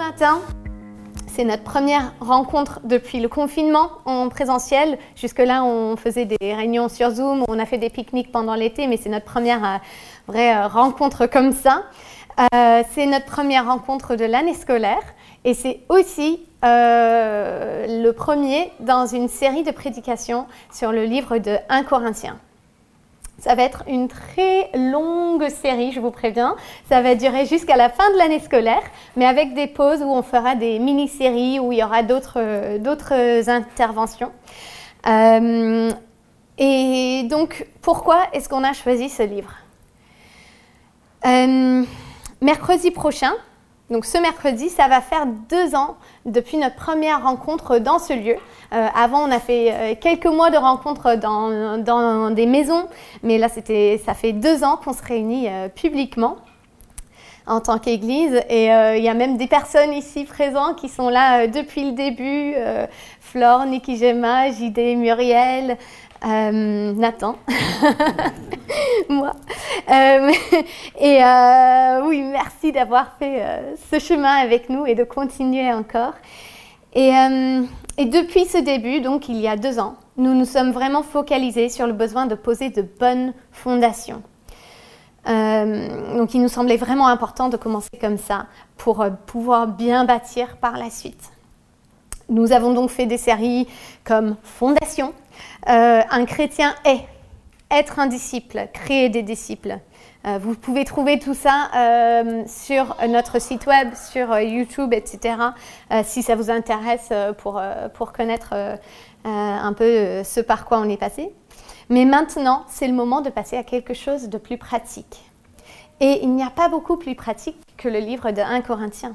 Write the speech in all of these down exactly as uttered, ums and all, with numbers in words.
matin. C'est notre première rencontre depuis le confinement en présentiel. Jusque-là, on faisait des réunions sur Zoom, on a fait des pique-niques pendant l'été, mais c'est notre première euh, vraie euh, rencontre comme ça. Euh, c'est notre première rencontre de l'année scolaire et c'est aussi euh, le premier dans une série de prédications sur le livre de Premier Corinthiens. Ça va être une très longue série, je vous préviens. Ça va durer jusqu'à la fin de l'année scolaire, mais avec des pauses où on fera des mini-séries, où il y aura d'autres, d'autres interventions. Euh, et donc, pourquoi est-ce qu'on a choisi ce livre ? euh, Mercredi prochain, donc ce mercredi, ça va faire deux ans depuis notre première rencontre dans ce lieu. Euh, avant, on a fait euh, quelques mois de rencontres dans, dans des maisons, mais là, c'était, ça fait deux ans qu'on se réunit euh, publiquement en tant qu'Église. Et euh, il y a même des personnes ici présentes qui sont là euh, depuis le début. Euh, Flore, Niki Gemma, J D, Muriel, euh, Nathan, moi. Euh, et euh, oui, merci d'avoir fait euh, ce chemin avec nous et de continuer encore. Et, euh, et depuis ce début, donc il y a deux ans, nous nous sommes vraiment focalisés sur le besoin de poser de bonnes fondations. Euh, donc il nous semblait vraiment important de commencer comme ça pour euh, pouvoir bien bâtir par la suite. Nous avons donc fait des séries comme Fondation, euh, Un chrétien est, être un disciple, créer des disciples. Euh, vous pouvez trouver tout ça euh, sur notre site web, sur euh, YouTube, et cetera, euh, si ça vous intéresse euh, pour, euh, pour connaître euh, euh, un peu euh, ce par quoi on est passé. Mais maintenant, c'est le moment de passer à quelque chose de plus pratique. Et il n'y a pas beaucoup plus pratique que le livre de Premier Corinthiens.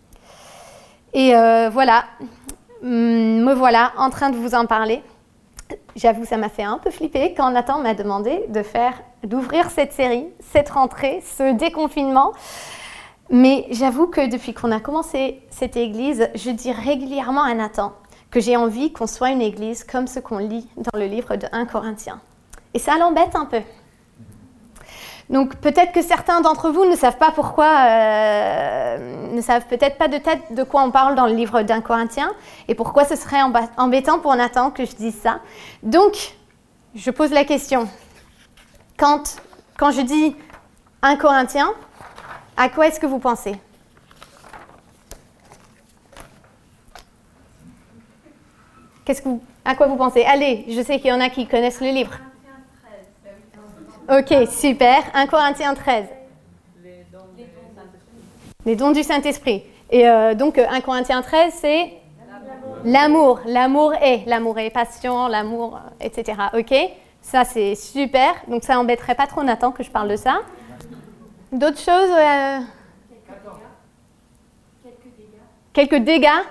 Et euh, voilà, me voilà en train de vous en parler. J'avoue, ça m'a fait un peu flipper quand Nathan m'a demandé de faire, d'ouvrir cette série, cette rentrée, ce déconfinement. Mais j'avoue que depuis qu'on a commencé cette église, je dis régulièrement à Nathan que j'ai envie qu'on soit une église comme ce qu'on lit dans le livre de Premier Corinthiens. Et ça l'embête un peu. Donc peut-être que certains d'entre vous ne savent pas pourquoi, euh, ne savent peut-être pas de tête de quoi on parle dans le livre d'Un Corinthiens et pourquoi ce serait emba- embêtant pour Nathan que je dise ça. Donc, je pose la question. Quand, quand je dis Un Corinthiens, à quoi est-ce que vous pensez ? Qu'est-ce que vous, à quoi vous pensez ? Allez, je sais qu'il y en a qui connaissent le livre. Ok, super. Premier Corinthiens treize. Les dons du Saint-Esprit. Les dons du Saint-Esprit. Et euh, donc, Premier Corinthiens treize, c'est l'amour. L'amour est. L'amour est passion, l'amour, et cetera. Ok, ça c'est super. Donc, ça n'embêterait pas trop Nathan que je parle de ça. D'autres choses euh... Quelques dégâts. Quelques dégâts.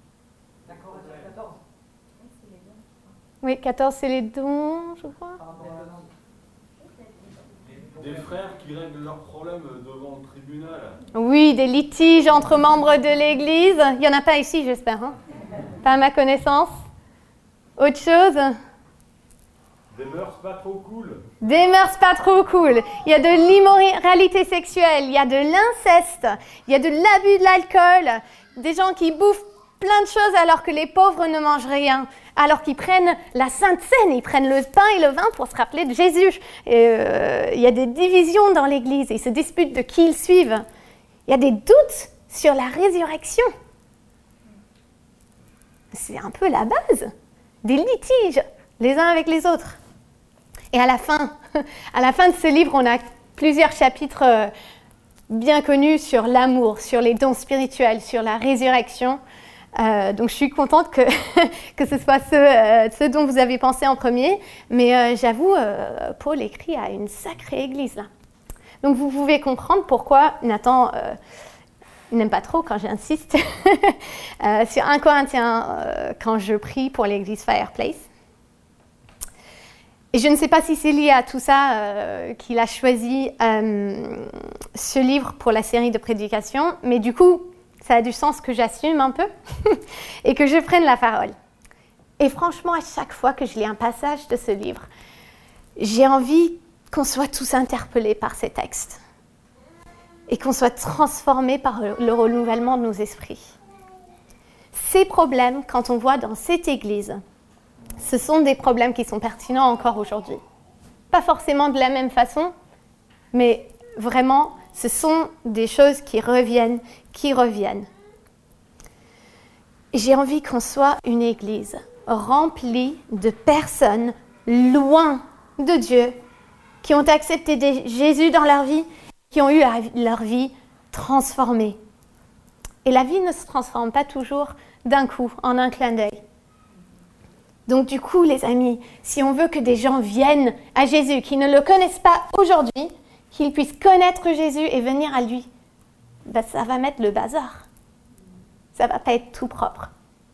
Oui, quatorze, c'est les dons, je crois. Des frères qui règlent leurs problèmes devant le tribunal. Oui, des litiges entre membres de l'Église. Il n'y en a pas ici, j'espère. Hein, pas à ma connaissance. Autre chose ? Des mœurs pas trop cool. Des mœurs pas trop cool. Il y a de l'immoralité sexuelle, il y a de l'inceste, il y a de l'abus de l'alcool, des gens qui bouffent plein de choses alors que les pauvres ne mangent rien, alors qu'ils prennent la Sainte Seine, ils prennent le pain et le vin pour se rappeler de Jésus. Et, euh, il y a des divisions dans l'Église, ils se disputent de qui ils suivent. Il y a des doutes sur la résurrection. C'est un peu la base, des litiges les uns avec les autres. Et à la fin, à la fin de ce livre, on a plusieurs chapitres bien connus sur l'amour, sur les dons spirituels, sur la résurrection. Euh, donc je suis contente que, que ce soit ce, euh, ce dont vous avez pensé en premier, mais euh, j'avoue, euh, Paul écrit à une sacrée église là. Donc vous pouvez comprendre pourquoi Nathan euh, n'aime pas trop quand j'insiste euh, sur Premier Corinthiens euh, quand je prie pour l'église Fireplace. Et je ne sais pas si c'est lié à tout ça euh, qu'il a choisi euh, ce livre pour la série de prédications, mais du coup, ça a du sens que j'assume un peu et que je prenne la parole. Et franchement, à chaque fois que je lis un passage de ce livre, j'ai envie qu'on soit tous interpellés par ces textes. et qu'on soit transformé par le renouvellement de nos esprits. Ces problèmes, quand on voit dans cette Église, ce sont des problèmes qui sont pertinents encore aujourd'hui. Pas forcément de la même façon, mais vraiment, ce sont des choses qui reviennent, qui reviennent. J'ai envie qu'on soit une Église remplie de personnes loin de Dieu, qui ont accepté Jésus dans leur vie, qui ont eu leur vie transformée. Et la vie ne se transforme pas toujours d'un coup, en un clin d'œil. Donc du coup, les amis, si on veut que des gens viennent à Jésus, qui ne le connaissent pas aujourd'hui, qu'ils puissent connaître Jésus et venir à lui, ben ça va mettre le bazar. Ça ne va pas être tout propre.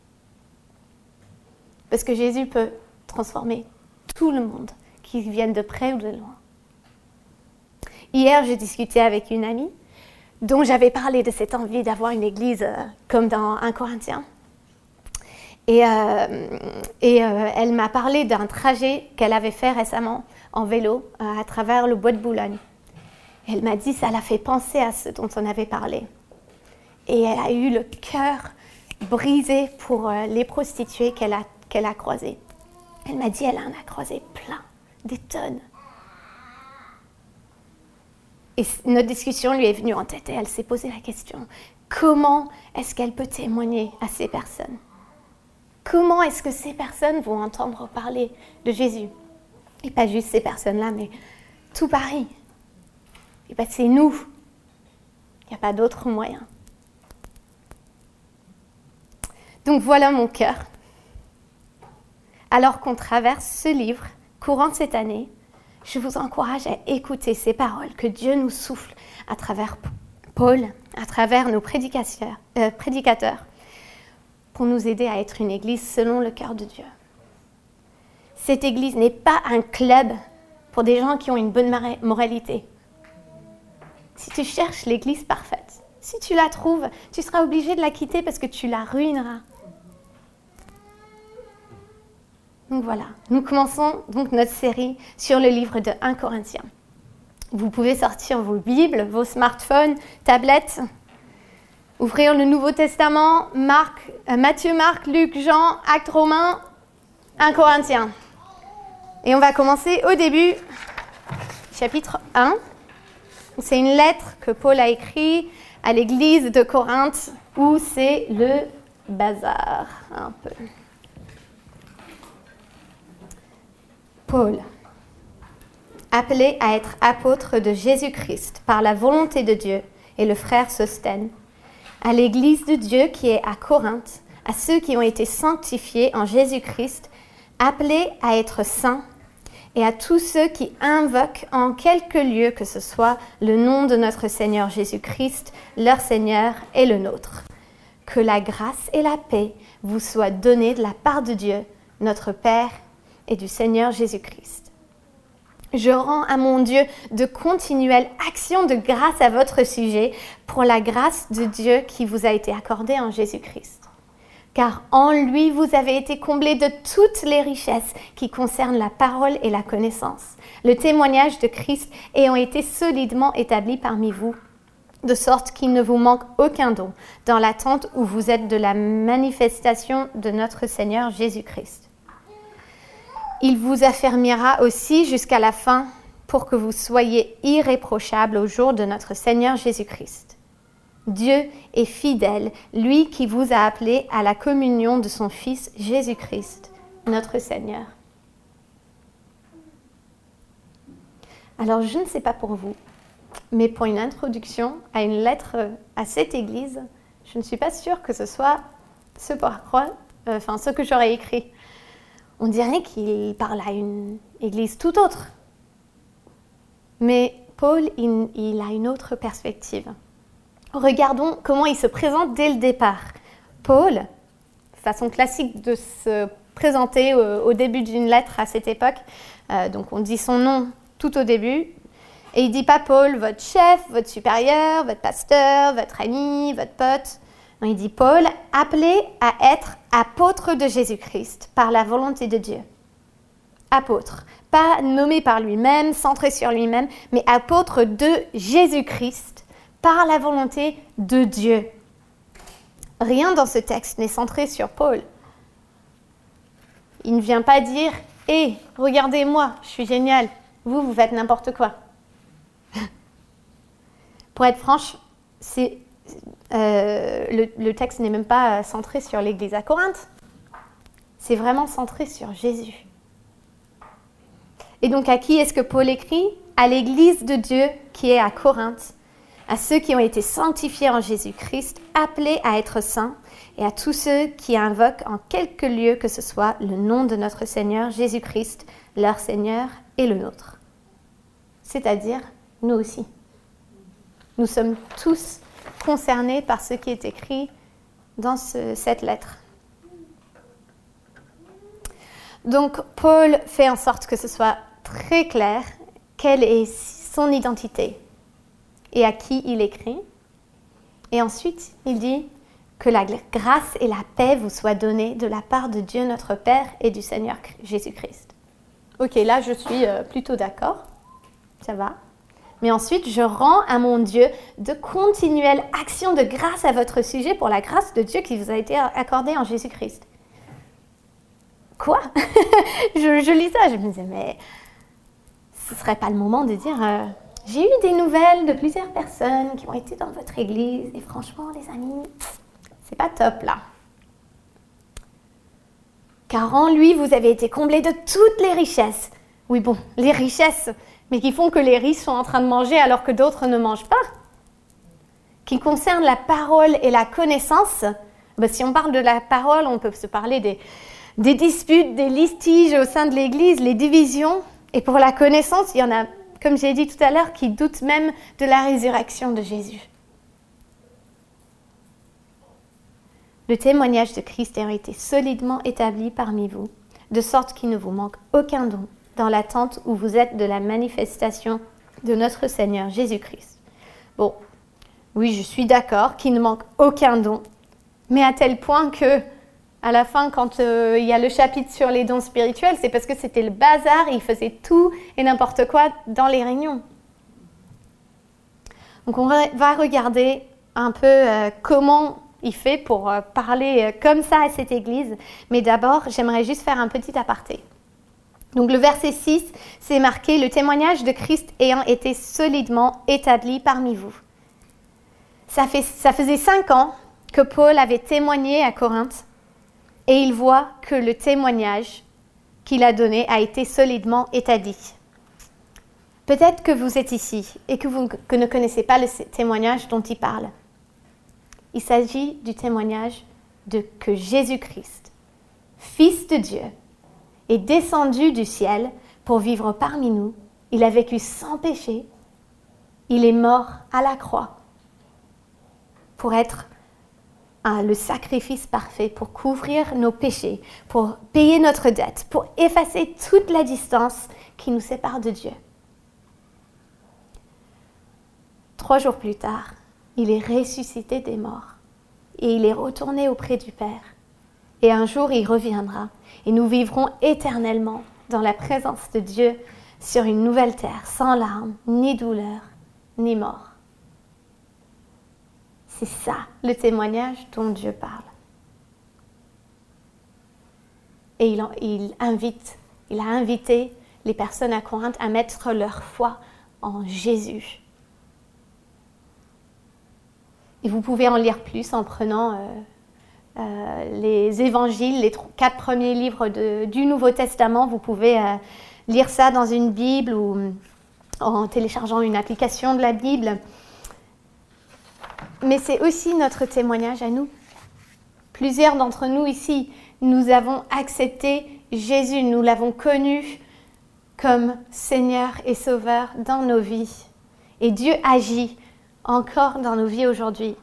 Parce que Jésus peut transformer tout le monde, qu'ils viennent de près ou de loin. Hier, j'ai discuté avec une amie dont j'avais parlé de cette envie d'avoir une église euh, comme dans un Corinthiens. Et, euh, et euh, elle m'a parlé d'un trajet qu'elle avait fait récemment en vélo euh, à travers le bois de Boulogne. Elle m'a dit que ça l'a fait penser à ce dont on avait parlé. Et elle a eu le cœur brisé pour euh, les prostituées qu'elle a, qu'elle a croisées. Elle m'a dit qu'elle en a croisé plein, des tonnes. Et notre discussion lui est venue en tête et elle s'est posé la question, comment est-ce qu'elle peut témoigner à ces personnes ? Comment est-ce que ces personnes vont entendre parler de Jésus ? Et pas juste ces personnes-là, mais tout Paris. Et bien c'est nous. Il n'y a pas d'autre moyen. Donc voilà mon cœur. Alors qu'on traverse ce livre, courant cette année, je vous encourage à écouter ces paroles que Dieu nous souffle à travers Paul, à travers nos prédicateurs, euh, prédicateurs, pour nous aider à être une église selon le cœur de Dieu. Cette église n'est pas un club pour des gens qui ont une bonne moralité. Si tu cherches l'église parfaite, si tu la trouves, tu seras obligé de la quitter parce que tu la ruineras. Donc voilà, nous commençons donc notre série sur le livre de premier Corinthiens. Vous pouvez sortir vos Bibles, vos smartphones, tablettes, ouvrir le Nouveau Testament, Marc, euh, Matthieu, Marc, Luc, Jean, Actes romains, premier Corinthiens. Et on va commencer au début, chapitre un. C'est une lettre que Paul a écrite à l'église de Corinthe où c'est le bazar un peu. Paul, appelé à être apôtre de Jésus-Christ par la volonté de Dieu, et le frère Sosthène, à l'église de Dieu qui est à Corinthe, à ceux qui ont été sanctifiés en Jésus-Christ, appelés à être saints, et à tous ceux qui invoquent en quelque lieu que ce soit le nom de notre Seigneur Jésus-Christ, leur Seigneur et le nôtre. Que la grâce et la paix vous soient données de la part de Dieu, notre Père, et du Seigneur Jésus-Christ. Je rends à mon Dieu de continuelles actions de grâce à votre sujet pour la grâce de Dieu qui vous a été accordée en Jésus-Christ. Car en lui, vous avez été comblés de toutes les richesses qui concernent la parole et la connaissance, le témoignage de Christ ayant été solidement établi parmi vous, de sorte qu'il ne vous manque aucun don dans l'attente où vous êtes de la manifestation de notre Seigneur Jésus-Christ. Il vous affermira aussi jusqu'à la fin pour que vous soyez irréprochables au jour de notre Seigneur Jésus-Christ. Dieu est fidèle, lui qui vous a appelés à la communion de son Fils Jésus-Christ, notre Seigneur. Alors, je ne sais pas pour vous, mais pour une introduction à une lettre à cette église, je ne suis pas sûre que ce soit ce par quoi, euh, enfin, ce que j'aurais écrit. On dirait qu'il parle à une église tout autre. Mais Paul, il, il a une autre perspective. Regardons comment il se présente dès le départ. Paul, façon classique de se présenter au, au début d'une lettre à cette époque, euh, donc on dit son nom tout au début, et il ne dit pas Paul, votre chef, votre supérieur, votre pasteur, votre ami, votre pote. Non, il dit Paul, appelé à être apôtre de Jésus-Christ par la volonté de Dieu. Apôtre, pas nommé par lui-même, centré sur lui-même, mais apôtre de Jésus-Christ par la volonté de Dieu. Rien dans ce texte n'est centré sur Paul. Il ne vient pas dire « Hé, regardez-moi, je suis génial, vous, vous faites n'importe quoi. » Pour être franche, c'est, euh, le, le texte n'est même pas centré sur l'église à Corinthe. C'est vraiment centré sur Jésus. Et donc, à qui est-ce que Paul écrit ? À l'église de Dieu qui est à Corinthe, à ceux qui ont été sanctifiés en Jésus-Christ, appelés à être saints, et à tous ceux qui invoquent en quelque lieu que ce soit le nom de notre Seigneur Jésus-Christ, leur Seigneur et le nôtre. C'est-à-dire, nous aussi. Nous sommes tous concernés par ce qui est écrit dans ce, cette lettre. Donc, Paul fait en sorte que ce soit très clair quelle est son identité et à qui il écrit. Et ensuite, il dit que la grâce et la paix vous soient données de la part de Dieu notre Père et du Seigneur Jésus-Christ. Ok, là je suis plutôt d'accord, ça va. Mais ensuite, je rends à mon Dieu de continuelles actions de grâce à votre sujet pour la grâce de Dieu qui vous a été accordée en Jésus-Christ. Quoi ? je, je lis ça, je me disais, mais ce ne serait pas le moment de dire euh, j'ai eu des nouvelles de plusieurs personnes qui ont été dans votre église et franchement, les amis, c'est pas top là. Car en lui, vous avez été comblés de toutes les richesses. Oui, bon, les richesses, mais qui font que les riches sont en train de manger alors que d'autres ne mangent pas. Qui concernent la parole et la connaissance. Ben, si on parle de la parole, on peut se parler des, des disputes, des litiges au sein de l'Église, les divisions. Et pour la connaissance, il y en a, comme j'ai dit tout à l'heure, qui doutent même de la résurrection de Jésus. Le témoignage de Christ a été solidement établi parmi vous, de sorte qu'il ne vous manque aucun don dans l'attente où vous êtes de la manifestation de notre Seigneur Jésus-Christ. Bon, oui, je suis d'accord qu'il ne manque aucun don, mais à tel point que, à la fin, quand euh, il y a le chapitre sur les dons spirituels, c'est parce que c'était le bazar, il faisait tout et n'importe quoi dans les réunions. Donc on va regarder un peu euh, comment il fait pour euh, parler euh, comme ça à cette église, mais d'abord, j'aimerais juste faire un petit aparté. Donc le verset six, c'est marqué « Le témoignage de Christ ayant été solidement établi parmi vous ». Ça, fait, ça faisait cinq ans que Paul avait témoigné à Corinthe et il voit que le témoignage qu'il a donné a été solidement établi. Peut-être que vous êtes ici et que vous que ne connaissez pas le témoignage dont il parle. Il s'agit du témoignage de que Jésus-Christ, Fils de Dieu, est descendu du ciel pour vivre parmi nous. Il a vécu sans péché. Il est mort à la croix pour être un, le sacrifice parfait, pour couvrir nos péchés, pour payer notre dette, pour effacer toute la distance qui nous sépare de Dieu. Trois jours plus tard, il est ressuscité des morts et il est retourné auprès du Père. Et un jour, il reviendra et nous vivrons éternellement dans la présence de Dieu sur une nouvelle terre, sans larmes, ni douleur, ni mort. C'est ça le témoignage dont Dieu parle. Et il, il, invite, il a invité les personnes à Corinthe à mettre leur foi en Jésus. Et vous pouvez en lire plus en prenant euh, euh, les évangiles, les trois, quatre premiers livres de, du Nouveau Testament. Vous pouvez euh, lire ça dans une Bible ou en téléchargeant une application de la Bible. Mais c'est aussi notre témoignage à nous. Plusieurs d'entre nous ici, nous avons accepté Jésus, nous l'avons connu comme Seigneur et Sauveur dans nos vies. Et Dieu agit encore dans nos vies aujourd'hui.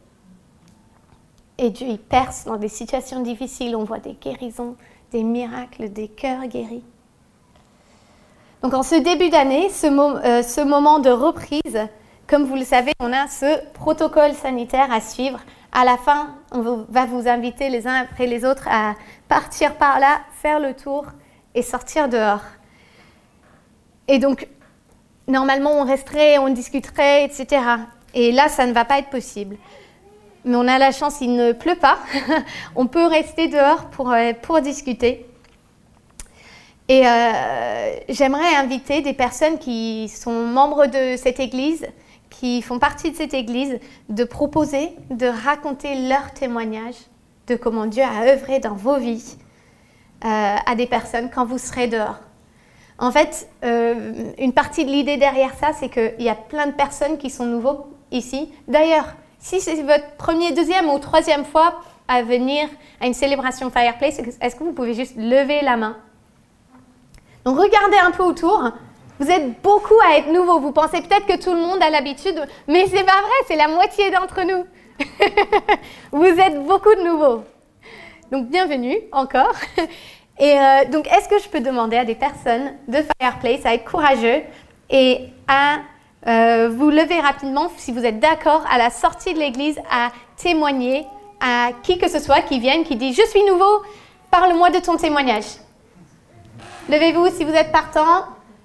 Et Dieu, il perce dans des situations difficiles. On voit des guérisons, des miracles, des cœurs guéris. Donc en ce début d'année, ce, mo- euh, ce moment de reprise, comme vous le savez, on a ce protocole sanitaire à suivre. À la fin, on va vous inviter les uns après les autres à partir par là, faire le tour et sortir dehors. Et donc, normalement, on resterait, on discuterait, et cetera. Et là, ça ne va pas être possible. Mais on a la chance, il ne pleut pas. On peut rester dehors pour, pour discuter. Et euh, j'aimerais inviter des personnes qui sont membres de cette église, qui font partie de cette église, de proposer, de raconter leur témoignage de comment Dieu a œuvré dans vos vies euh, à des personnes quand vous serez dehors. En fait, euh, une partie de l'idée derrière ça, c'est qu'il y a plein de personnes qui sont nouveaux ici. D'ailleurs, si c'est votre première, deuxième ou troisième fois à venir à une célébration Fireplace, est-ce que vous pouvez juste lever la main? Donc, regardez un peu autour. Vous êtes beaucoup à être nouveaux. Vous pensez peut-être que tout le monde a l'habitude, mais c'est pas vrai, c'est la moitié d'entre nous. Vous êtes beaucoup de nouveaux. Donc, bienvenue encore. Et euh, donc, est-ce que je peux demander à des personnes de Fireplace à être courageux et à euh, vous lever rapidement, si vous êtes d'accord, à la sortie de l'église, à témoigner à qui que ce soit qui vienne, qui dit « Je suis nouveau, parle-moi de ton témoignage ». Levez-vous si vous êtes partant.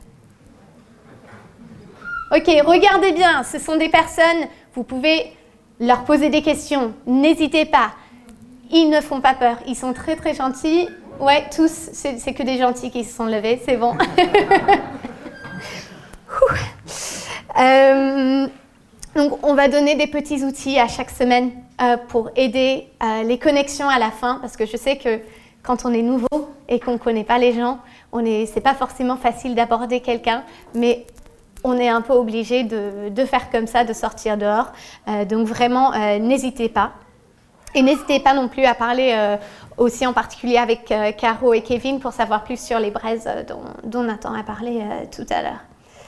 Ok, regardez bien, ce sont des personnes, vous pouvez leur poser des questions, n'hésitez pas. Ils ne font pas peur, ils sont très très gentils. Ouais, tous, c'est, c'est que des gentils qui se sont levés, c'est bon. euh, donc, on va donner des petits outils à chaque semaine euh, pour aider euh, les connexions à la fin, parce que je sais que quand on est nouveau et qu'on ne connaît pas les gens, on est, c'est pas forcément facile d'aborder quelqu'un, mais on est un peu obligé de, de faire comme ça, de sortir dehors. Euh, donc vraiment, euh, n'hésitez pas. Et n'hésitez pas non plus à parler euh, aussi en particulier avec euh, Caro et Kevin pour savoir plus sur les braises euh, dont, dont Nathan a parlé euh, tout à l'heure.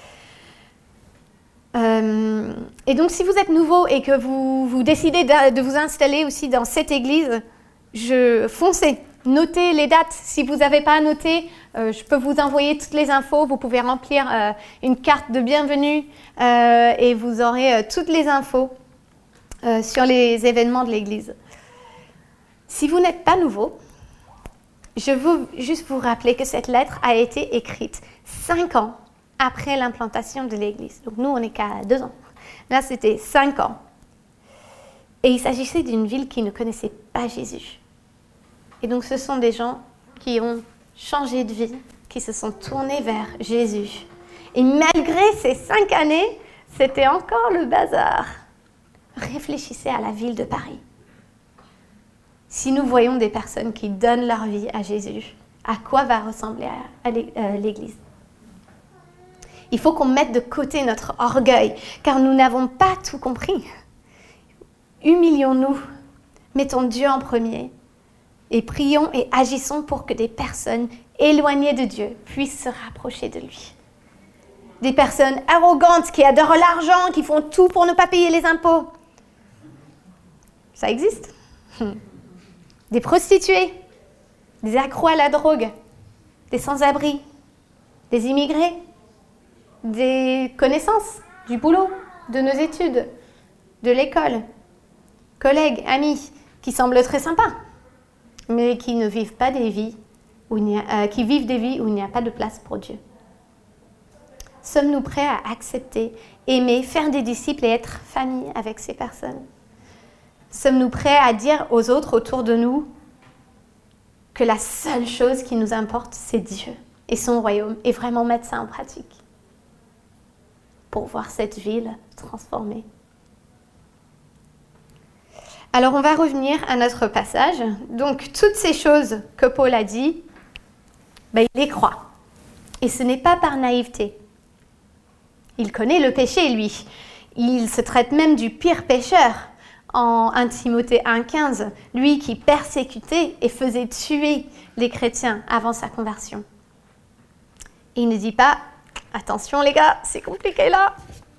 Euh, et donc, si vous êtes nouveau et que vous, vous décidez de, de vous installer aussi dans cette église, je, foncez. Notez les dates. Si vous n'avez pas à noter, euh, je peux vous envoyer toutes les infos. Vous pouvez remplir euh, une carte de bienvenue euh, et vous aurez euh, toutes les infos euh, sur les événements de l'Église. Si vous n'êtes pas nouveau, je veux juste vous rappeler que cette lettre a été écrite cinq ans après l'implantation de l'Église. Donc nous, on n'est qu'à deux ans. Là, c'était cinq ans. Et il s'agissait d'une ville qui ne connaissait pas Jésus. Et donc, ce sont des gens qui ont changé de vie, qui se sont tournés vers Jésus. Et malgré ces cinq années, c'était encore le bazar. Réfléchissez à la ville de Paris. Si nous voyons des personnes qui donnent leur vie à Jésus, à quoi va ressembler à l'Église? Il faut qu'on mette de côté notre orgueil, car nous n'avons pas tout compris. Humilions-nous, mettons Dieu en premier. Et prions et agissons pour que des personnes éloignées de Dieu puissent se rapprocher de lui. Des personnes arrogantes qui adorent l'argent, qui font tout pour ne pas payer les impôts. Ça existe. Des prostituées, des accros à la drogue, des sans-abri, des immigrés, des connaissances, du boulot, de nos études, de l'école, collègues, amis, qui semblent très sympas, mais qui ne vivent pas des vies où il n'y a, euh, qui vivent des vies où il n'y a pas de place pour Dieu. Sommes-nous prêts à accepter, aimer, faire des disciples et être famille avec ces personnes? Sommes-nous prêts à dire aux autres autour de nous que la seule chose qui nous importe, c'est Dieu et son royaume, et vraiment mettre ça en pratique pour voir cette ville transformée? Alors, on va revenir à notre passage. Donc, toutes ces choses que Paul a dit, ben, il les croit. Et ce n'est pas par naïveté. Il connaît le péché, lui. Il se traite même du pire pécheur en premier Timothée un quinze, lui qui persécutait et faisait tuer les chrétiens avant sa conversion. Et il ne dit pas « Attention les gars, c'est compliqué là !»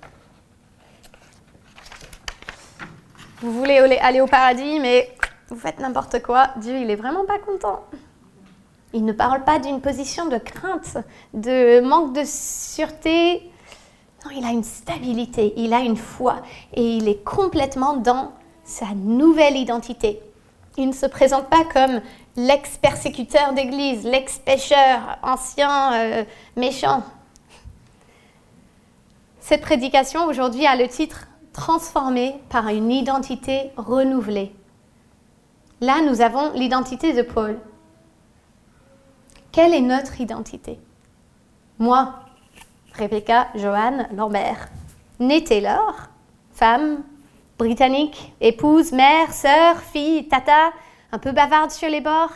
Vous voulez aller au paradis, mais vous faites n'importe quoi. Dieu, il est vraiment pas content. Il ne parle pas d'une position de crainte, de manque de sûreté. Non, il a une stabilité, il a une foi et il est complètement dans sa nouvelle identité. Il ne se présente pas comme l'ex-persécuteur d'église, l'ex-pécheur, ancien, euh, méchant. Cette prédication aujourd'hui a le titre « transformés par une identité renouvelée. Là, nous avons l'identité de Paul. Quelle est notre identité? Moi, Rebecca Joanne Lambert, née Taylor, femme, britannique, épouse, mère, sœur, fille, tata, un peu bavarde sur les bords.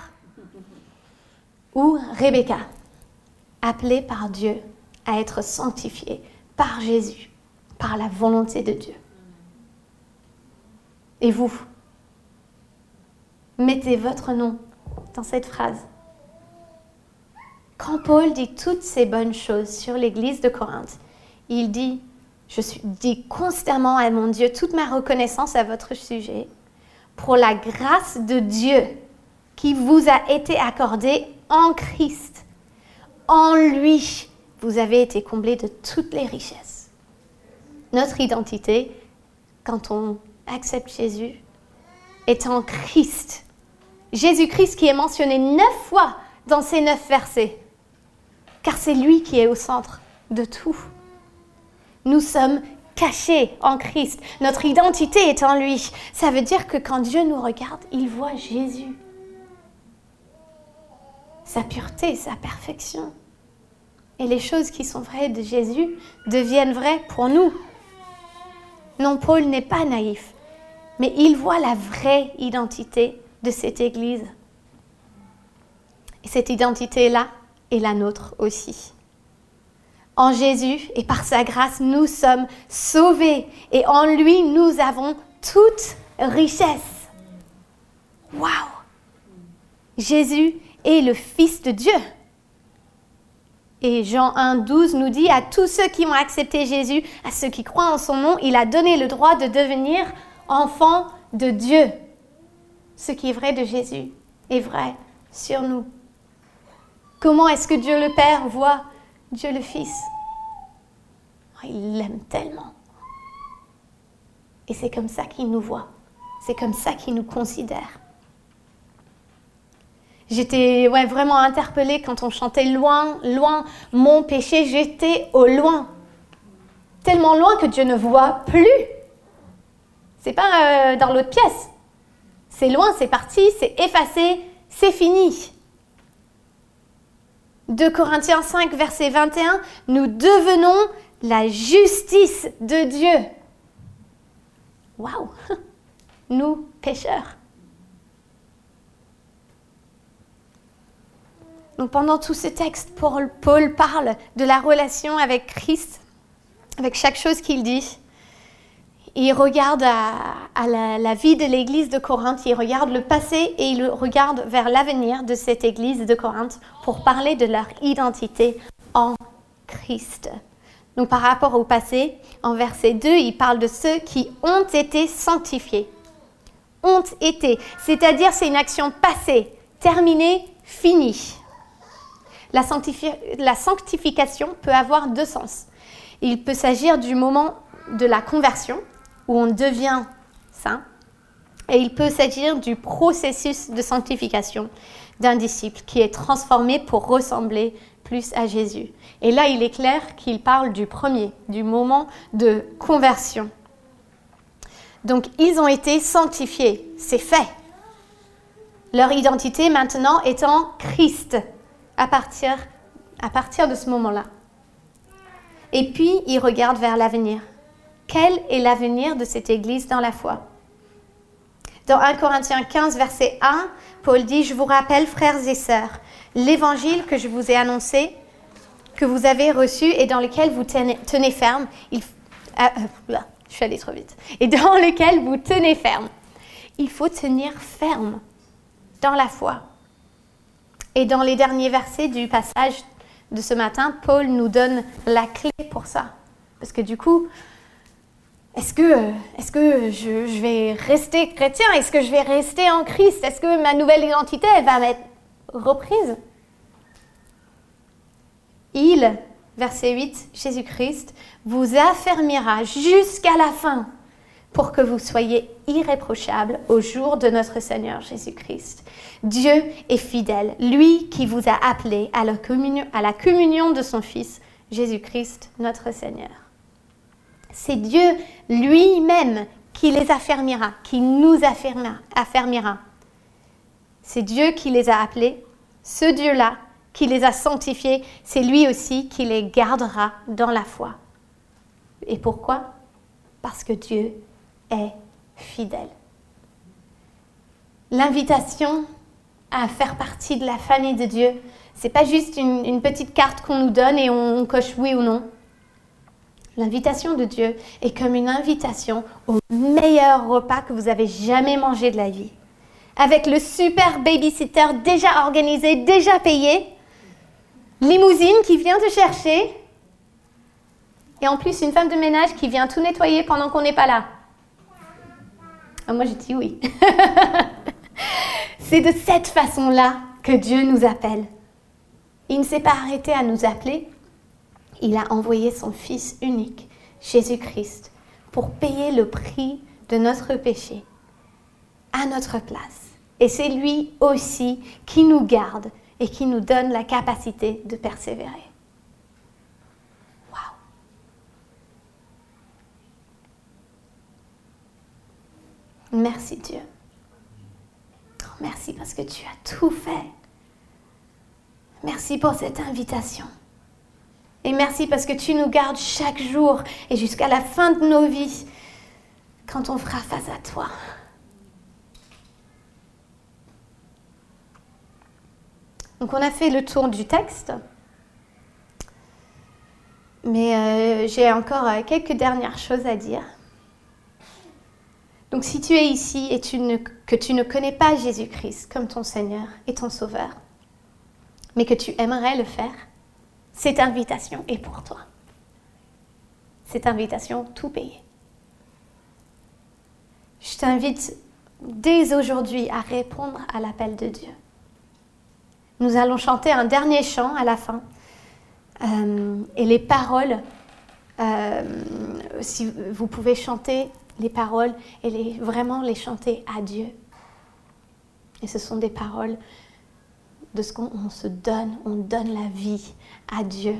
Ou Rebecca, appelée par Dieu à être sanctifiée par Jésus, par la volonté de Dieu. Et vous, mettez votre nom dans cette phrase. Quand Paul dit toutes ces bonnes choses sur l'église de Corinthe, il dit, je suis, dis constamment à mon Dieu toute ma reconnaissance à votre sujet pour la grâce de Dieu qui vous a été accordée en Christ. En lui, vous avez été comblés de toutes les richesses. Notre identité, quand on accepte Jésus, est en Christ. Jésus-Christ qui est mentionné neuf fois dans ces neuf versets, car c'est lui qui est au centre de tout. Nous sommes cachés en Christ. Notre identité est en lui. Ça veut dire que quand Dieu nous regarde, il voit Jésus. Sa pureté, sa perfection. Et les choses qui sont vraies de Jésus deviennent vraies pour nous. Non, Paul n'est pas naïf, mais il voit la vraie identité de cette Église. Et cette identité-là est la nôtre aussi. En Jésus et par sa grâce, nous sommes sauvés et en lui, nous avons toute richesse. Waouh! Jésus est le Fils de Dieu. Et Jean un, douze nous dit, à tous ceux qui ont accepté Jésus, à ceux qui croient en son nom, il a donné le droit de devenir enfants de Dieu. Ce qui est vrai de Jésus est vrai sur nous. Comment est-ce que Dieu le Père voit Dieu le Fils? Oh, il l'aime tellement. Et c'est comme ça qu'il nous voit. C'est comme ça qu'il nous considère. J'étais ouais, vraiment interpellée quand on chantait « Loin, loin, mon péché, j'étais au loin ». Tellement loin que Dieu ne voit plus. C'est pas euh, dans l'autre pièce. C'est loin, c'est parti, c'est effacé, c'est fini. deux Corinthiens cinq, verset vingt et un, nous devenons la justice de Dieu. Waouh! Nous, pécheurs. Donc pendant tout ce texte, Paul, Paul parle de la relation avec Christ, avec chaque chose qu'il dit. Il regarde à, à la, la vie de l'église de Corinthe, il regarde le passé et il regarde vers l'avenir de cette église de Corinthe pour parler de leur identité en Christ. Donc par rapport au passé, en verset deux, il parle de ceux qui ont été sanctifiés. Ont été, c'est-à-dire c'est une action passée, terminée, finie. La, sanctifi- la sanctification peut avoir deux sens. Il peut s'agir du moment de la conversion, où on devient saint, et il peut s'agir du processus de sanctification d'un disciple qui est transformé pour ressembler plus à Jésus. Et là, il est clair qu'il parle du premier, du moment de conversion. Donc, ils ont été sanctifiés, c'est fait. Leur identité maintenant est en Christ à partir, à partir de ce moment-là. Et puis, ils regardent vers l'avenir. Quel est l'avenir de cette Église dans la foi? Dans un Corinthiens quinze, verset un, Paul dit « Je vous rappelle, frères et sœurs, l'évangile que je vous ai annoncé, que vous avez reçu et dans lequel vous tenez, tenez ferme, il, ah, euh, je suis allée trop vite, et dans lequel vous tenez ferme. Il faut tenir ferme dans la foi. » Et dans les derniers versets du passage de ce matin, Paul nous donne la clé pour ça. Parce que du coup, est-ce que, est-ce que je, je vais rester chrétien? Est-ce que je vais rester en Christ? Est-ce que ma nouvelle identité, elle va m'être reprise? Il, verset huit, Jésus-Christ, vous affermira jusqu'à la fin pour que vous soyez irréprochables au jour de notre Seigneur Jésus-Christ. Dieu est fidèle, lui qui vous a appelés à la communion, à la communion de son Fils, Jésus-Christ, notre Seigneur. C'est Dieu lui-même qui les affermira, qui nous affermira. affermira. C'est Dieu qui les a appelés, ce Dieu-là qui les a sanctifiés, c'est lui aussi qui les gardera dans la foi. Et pourquoi ? Parce que Dieu est fidèle. L'invitation à faire partie de la famille de Dieu, c'est pas juste une, une petite carte qu'on nous donne et on, on coche oui ou non. L'invitation de Dieu est comme une invitation au meilleur repas que vous avez jamais mangé de la vie. Avec le super babysitter déjà organisé, déjà payé, limousine qui vient te chercher, et en plus une femme de ménage qui vient tout nettoyer pendant qu'on n'est pas là. Ah, moi, j'ai dit oui. C'est de cette façon-là que Dieu nous appelle. Il ne s'est pas arrêté à nous appeler. Il a envoyé son Fils unique, Jésus-Christ, pour payer le prix de notre péché à notre place. Et c'est lui aussi qui nous garde et qui nous donne la capacité de persévérer. Waouh! Merci Dieu. Oh, merci parce que tu as tout fait. Merci pour cette invitation. Et merci parce que tu nous gardes chaque jour et jusqu'à la fin de nos vies quand on fera face à toi. Donc on a fait le tour du texte, mais euh, j'ai encore euh, quelques dernières choses à dire. Donc si tu es ici et tu ne, que tu ne connais pas Jésus-Christ comme ton Seigneur et ton Sauveur, mais que tu aimerais le faire, cette invitation est pour toi. Cette invitation tout payée. Je t'invite dès aujourd'hui à répondre à l'appel de Dieu. Nous allons chanter un dernier chant à la fin. Euh, et les paroles, euh, si vous pouvez chanter les paroles et les, vraiment les chanter à Dieu. Et ce sont des paroles de ce qu'on on se donne, on donne la vie à Dieu.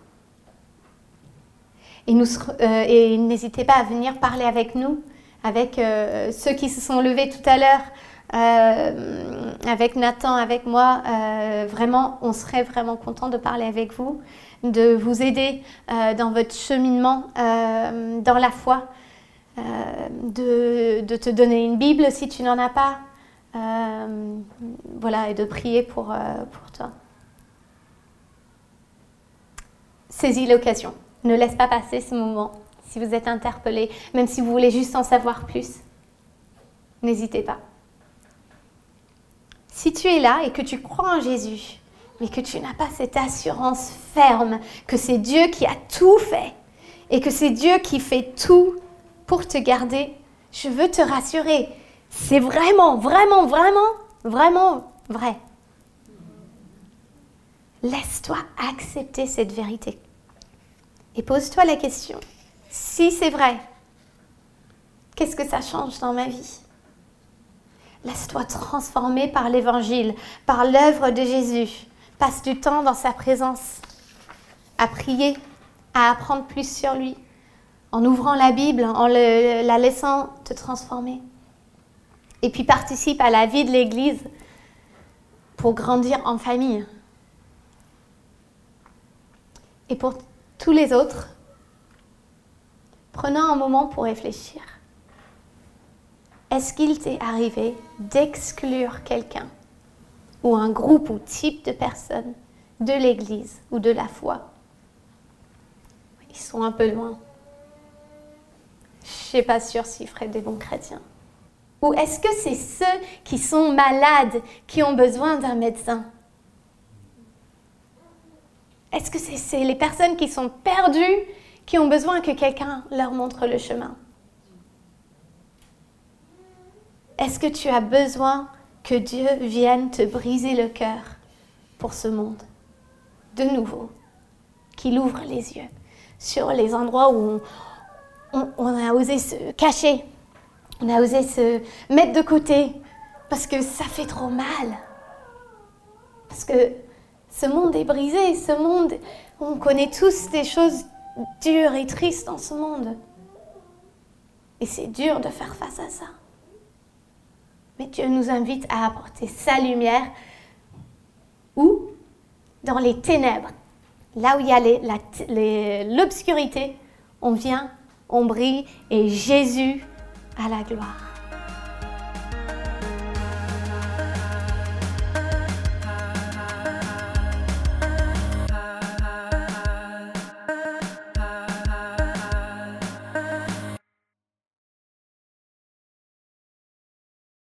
Et, nous, euh, et n'hésitez pas à venir parler avec nous, avec euh, ceux qui se sont levés tout à l'heure, Euh, avec Nathan, avec moi, euh, vraiment, on serait vraiment content de parler avec vous, de vous aider euh, dans votre cheminement euh, dans la foi, euh, de, de te donner une Bible si tu n'en as pas, euh, voilà, et de prier pour, euh, pour toi. Saisis l'occasion, ne laisse pas passer ce moment. Si vous êtes interpellé, même si vous voulez juste en savoir plus, n'hésitez pas. Si tu es là et que tu crois en Jésus, mais que tu n'as pas cette assurance ferme que c'est Dieu qui a tout fait et que c'est Dieu qui fait tout pour te garder, je veux te rassurer. C'est vraiment, vraiment, vraiment, vraiment vrai. Laisse-toi accepter cette vérité. Et pose-toi la question, si c'est vrai, qu'est-ce que ça change dans ma vie ? Laisse-toi transformer par l'Évangile, par l'œuvre de Jésus. Passe du temps dans sa présence, à prier, à apprendre plus sur lui, en ouvrant la Bible, en le, la laissant te transformer. Et puis participe à la vie de l'Église pour grandir en famille. Et pour tous les autres, prenons un moment pour réfléchir. Est-ce qu'il t'est arrivé d'exclure quelqu'un ou un groupe ou type de personnes de l'Église ou de la foi ? Ils sont un peu loin. Je ne suis pas sûre s'ils feraient des bons chrétiens. Ou est-ce que c'est ceux qui sont malades, qui ont besoin d'un médecin ? Est-ce que c'est, c'est les personnes qui sont perdues, qui ont besoin que quelqu'un leur montre le chemin ? Est-ce que tu as besoin que Dieu vienne te briser le cœur pour ce monde ? De nouveau, qu'il ouvre les yeux sur les endroits où on, on, on a osé se cacher, on a osé se mettre de côté parce que ça fait trop mal. Parce que ce monde est brisé, ce monde, on connaît tous des choses dures et tristes dans ce monde. Et c'est dur de faire face à ça. Mais Dieu nous invite à apporter sa lumière où? Dans les ténèbres. Là où il y a les, la, les, l'obscurité, on vient, on brille et Jésus a la gloire.